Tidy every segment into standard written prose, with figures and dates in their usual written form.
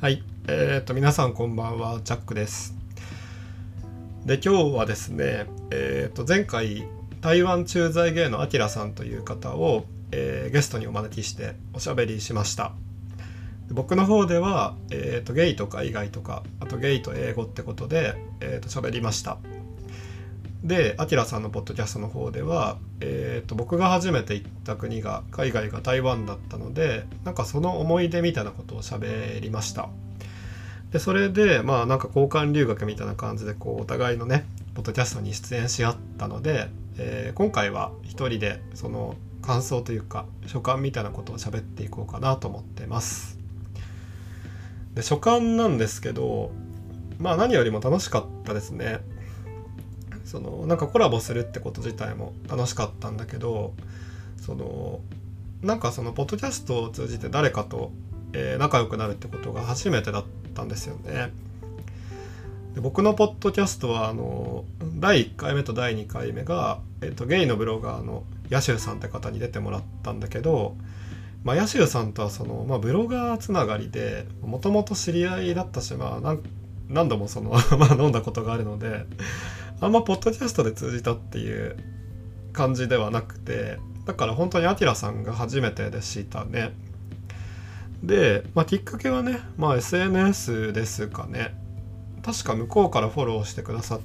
はい、皆さんこんばんは、ジャックです。で、今日はですね、前回台湾駐在芸のアキラさんという方を、ゲストにお招きしておしゃべりしました。で僕の方では、ゲイとか以外とか、あとゲイと英語ってことで、喋りました。で、アキラさんのポッドキャストの方では、僕が初めて行った国が海外が台湾だったので、なんかその思い出みたいなことを喋りました。でそれでなんか交換留学みたいな感じでお互いのねポッドキャストに出演し合ったので、今回は一人でその感想というか所感みたいなことを喋っていこうかなと思ってます。で所感なんですけど、何よりも楽しかったですね。なんかコラボするってこと自体も楽しかったんだけど、なんかそのポッドキャストを通じて誰かと、仲良くなるってことが初めてだったんですよね。で僕のポッドキャストは第1回目と第2回目が、ゲイのブロガーのヤシューさんって方に出てもらったんだけど、ヤシューさんとはブロガーつながりでもともと知り合いだったし、何度も飲んだことがあるので、あんまポッドキャストで通じたっていう感じではなくて、だから本当にアキラさんが初めてでしたね。で、きっかけはね、SNS ですかね。確か向こうからフォローしてくださって、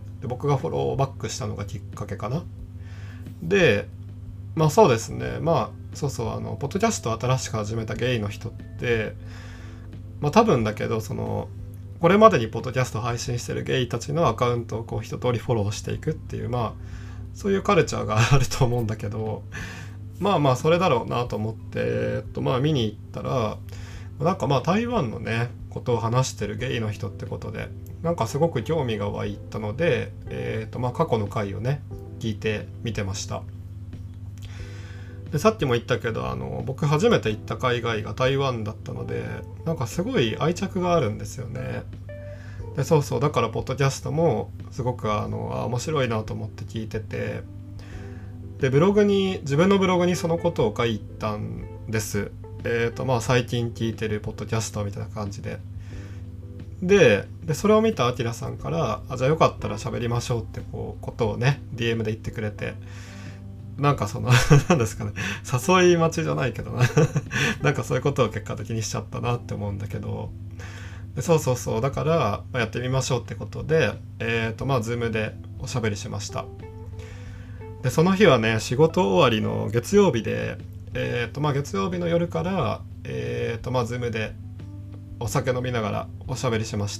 で僕がフォローバックしたのがきっかけかな。で、そうですね、そうそう、ポッドキャストを新しく始めたゲイの人って、多分だけど、これまでにポッドキャストを配信してるゲイたちのアカウントを一通りフォローしていくっていう、そういうカルチャーがあると思うんだけど、それだろうなと思って、見に行ったら、なんか台湾のねことを話してるゲイの人ってことで、なんかすごく興味が湧いたので、過去の回をね聞いてみてました。でさっきも言ったけど、僕初めて行った海外が台湾だったので、なんかすごい愛着があるんですよね。でそうそう、だからポッドキャストもすごく面白いなと思って聞いてて、で自分のブログにそのことを書いたんです。最近聞いてるポッドキャストみたいな感じで、でそれを見たアキラさんから、じゃあよかったら喋りましょうってことをね DM で言ってくれて、なんか何ですかね、誘い待ちじゃないけどななんかそういうことを結果的にしちゃったなって思うんだけど、でそうそうそう、だからやってみましょうってことで、Zoom でおしゃべりしました。でその日はね仕事終わりの月曜日で、月曜日の夜から、Zoom でお酒飲みながらおしゃべりしました。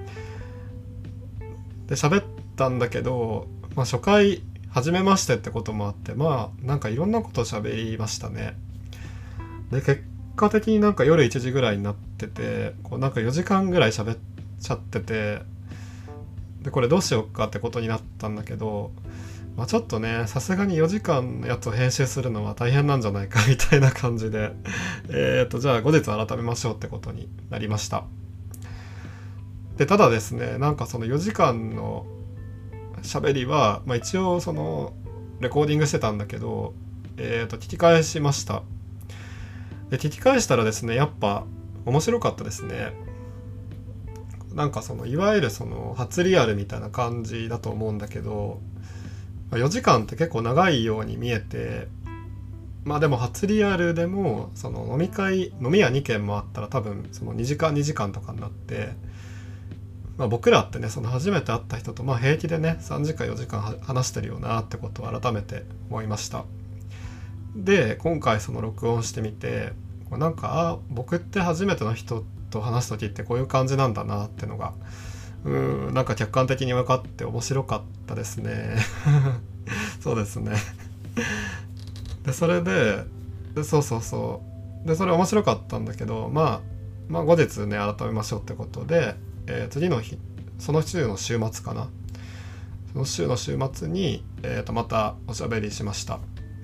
で喋ったんだけど、初回初めましてってこともあって、なんかいろんなことを喋りましたね。で結果的になんか夜1時ぐらいになってて、なんか4時間ぐらい喋っちゃってて、でこれどうしようかってことになったんだけど、ちょっとねさすがに4時間のやつを編集するのは大変なんじゃないかみたいな感じでじゃあ後日改めましょうってことになりました。でただですね、なんかその4時間の喋りは、一応レコーディングしてたんだけど、聞き返しました。で聞き返したらですね、やっぱ面白かったですね。なんかいわゆる初リアルみたいな感じだと思うんだけど、4時間って結構長いように見えて、でも初リアルでも飲み屋2軒もあったら多分2時間2時間とかになって、僕らってね初めて会った人と平気でね3時間4時間話してるよなってことを改めて思いました。で今回録音してみて、なんか僕って初めての人と話す時ってこういう感じなんだなってのがなんか客観的に分かって面白かったですねそうですねでそれでそうそうそうでそれ面白かったんだけど、後日ね改めましょうってことで、次の日、その週の週末かな、その週の週末に、またおしゃべりしました。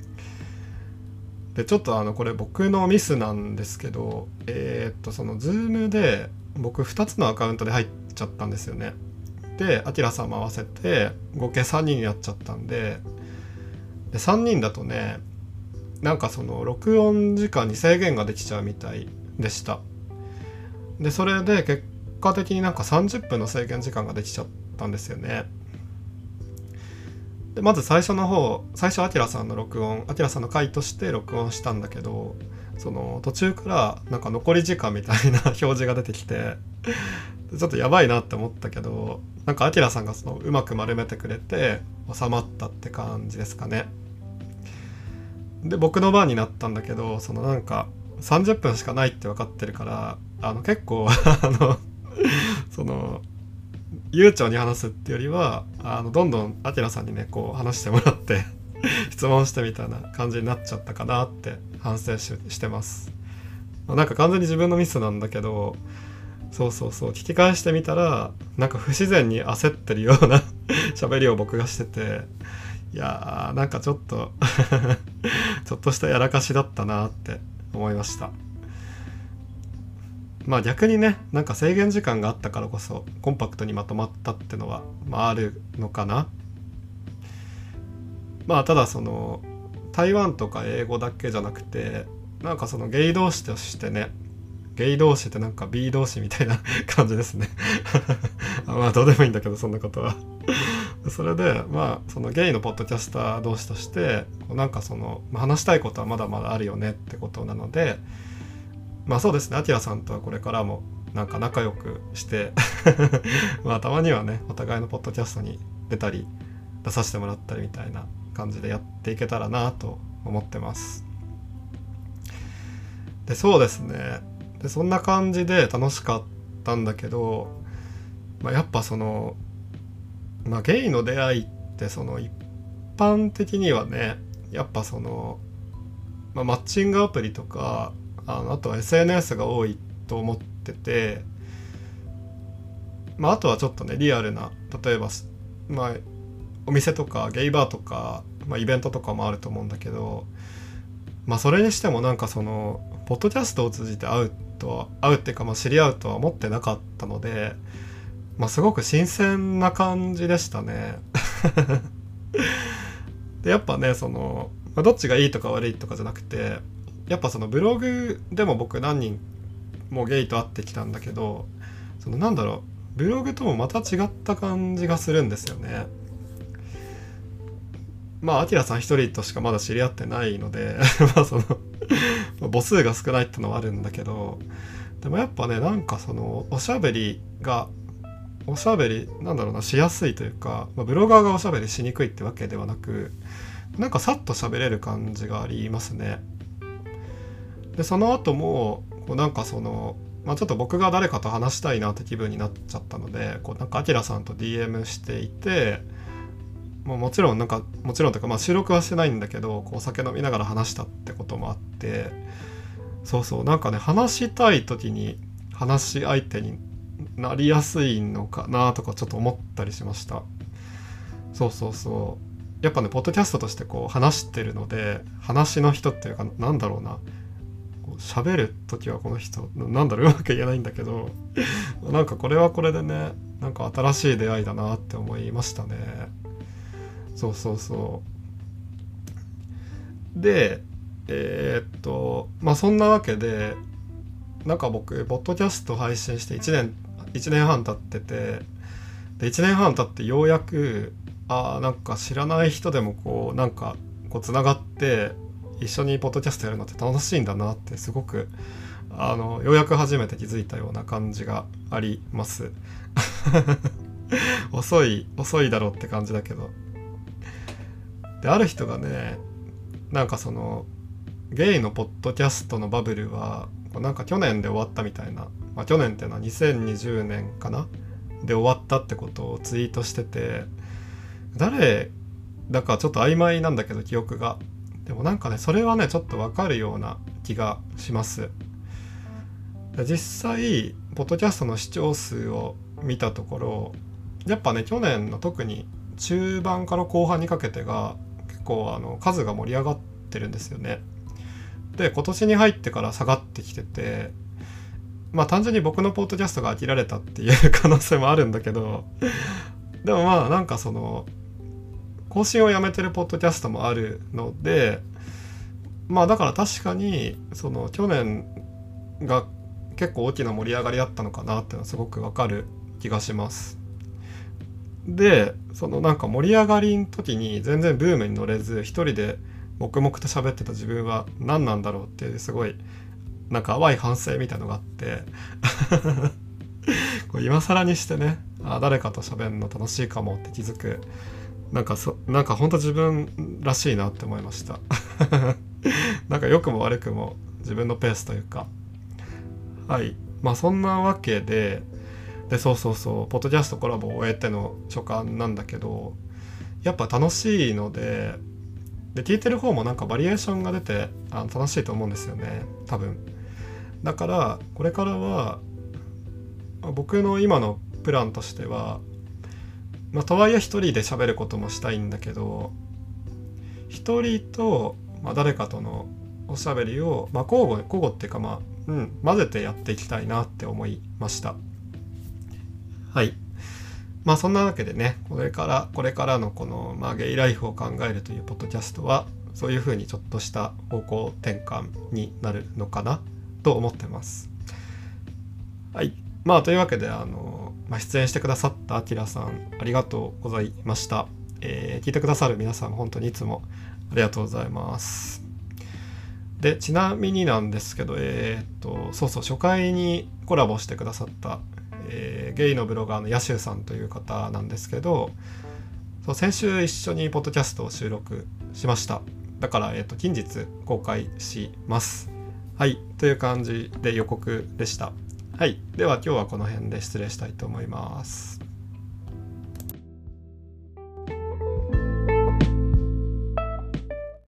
でちょっとこれ僕のミスなんですけど、Zoom で僕2つのアカウントで入っちゃったんですよね。でアキラさんも合わせて合計3人になっちゃったんで、3人だとねなんか録音時間に制限ができちゃうみたいでした。 でそれで結果的になんか30分の制限時間ができちゃったんですよね。でまず最初アキラさんの回として録音したんだけど、その途中からなんか残り時間みたいな表示が出てきてちょっとやばいなって思ったけど、なんかアキラさんがそのうまく丸めてくれて収まったって感じですかね。で僕の番になったんだけど、そのなんか30分しかないって分かってるから結構その悠長に話すっていうよりはどんどんアキラさんにねこう話してもらって質問してみたいな感じになっちゃったかなって反省してます。なんか完全に自分のミスなんだけど、そう聞き返してみたらなんか不自然に焦ってるような喋りを僕がしてて、いやーなんかちょっとちょっとしたやらかしだったなって思いました。まあ逆にね、なんか制限時間があったからこそコンパクトにまとまったってのは、あるのかな。ただその台湾とか英語だけじゃなくて、なんかそのゲイ同士としてね、ゲイ同士ってなんか B 同士みたいな感じですねどうでもいいんだけどそんなことはそれでそのゲイのポッドキャスター同士としてなんかその、話したいことはまだまだあるよねってことなので、そうですね、アキラさんとはこれからもなんか仲良くしてたまにはねお互いのポッドキャストに出させてもらったりみたいな感じでやっていけたらなと思ってます。でそうですね、でそんな感じで楽しかったんだけど、やっぱその、ゲイの出会いってその一般的にはね、やっぱその、マッチングアプリとかあとは SNS が多いと思ってて、あとはちょっとねリアルな、例えばお店とかゲイバーとか、イベントとかもあると思うんだけど、それにしてもなんかそのポッドキャストを通じて会うっていうか、知り合うとは思ってなかったので、すごく新鮮な感じでしたねでやっぱねその、どっちがいいとか悪いとかじゃなくて、やっぱそのブログでも僕何人もゲイと会ってきたんだけど、そのなんだろう、ブログともまた違った感じがするんですよね。アキラさん一人としかまだ知り合ってないのでその母数が少ないってのはあるんだけど、でもやっぱねなんかそのおしゃべりなんだろうな、しやすいというか、ブロガーがおしゃべりしにくいってわけではなく、なんかさっと喋れる感じがありますね。でその後もなんかその、ちょっと僕が誰かと話したいなって気分になっちゃったので、なんかアキラさんと DM していて、もちろんというか収録はしてないんだけど、お酒飲みながら話したってこともあって、なんかね話したい時に話し相手になりやすいのかなとかちょっと思ったりしました。やっぱねポッドキャストとして話してるので、話の人っていうかなんだろうな、喋る時はこの人なんだろう、うまく言えないんだけどなんかこれはこれでね、なんか新しい出会いだなって思いましたね。でそんなわけで、なんか僕ポッドキャスト配信して1年半経ってて、で1年半経ってようやくなんか知らない人でもなんかつながって一緒にポッドキャストやるのって楽しいんだなってすごくようやく初めて気づいたような感じがあります遅いだろうって感じだけど。である人がね、なんかそのゲイのポッドキャストのバブルはなんか去年で終わったみたいな、去年っていうのは2020年かなで終わったってことをツイートしてて、誰だかちょっと曖昧なんだけど記憶が、でもなんかねそれはねちょっとわかるような気がします。実際ポッドキャストの視聴数を見たところ、やっぱね去年の特に中盤から後半にかけてが結構数が盛り上がってるんですよね。で今年に入ってから下がってきてて、単純に僕のポッドキャストが飽きられたっていう可能性もあるんだけど、でもなんかその更新をやめてるポッドキャストもあるので、だから確かにその去年が結構大きな盛り上がりだったのかなっていうのはすごくわかる気がします。でそのなんか盛り上がりの時に全然ブームに乗れず一人で黙々と喋ってた自分は何なんだろうっていうすごいなんか淡い反省みたいのがあってこう今更にしてね、誰かと喋るの楽しいかもって気づく、なんか本当自分らしいなって思いましたなんか良くも悪くも自分のペースというか。はい、まあそんなわけでそうポッドキャストコラボを終えての所感なんだけど、やっぱ楽しいので聞いてる方もなんかバリエーションが出て楽しいと思うんですよね、多分。だからこれからは僕の今のプランとしては、とはいえ一人で喋ることもしたいんだけど、一人と、誰かとのおしゃべりを、交互っていうか混ぜてやっていきたいなって思いました。はい。そんなわけでね、これからのこの、ゲイライフを考えるというポッドキャストはそういう風にちょっとした方向転換になるのかなと思ってます。はい。というわけで出演してくださったあきらさんありがとうございました。聞いてくださる皆さん本当にいつもありがとうございます。でちなみになんですけど、初回にコラボしてくださった、ゲイのブロガーのヤシュウさんという方なんですけど、先週一緒にポッドキャストを収録しました。だから、近日公開します。はい、という感じで予告でした。はい、では今日はこの辺で失礼したいと思います。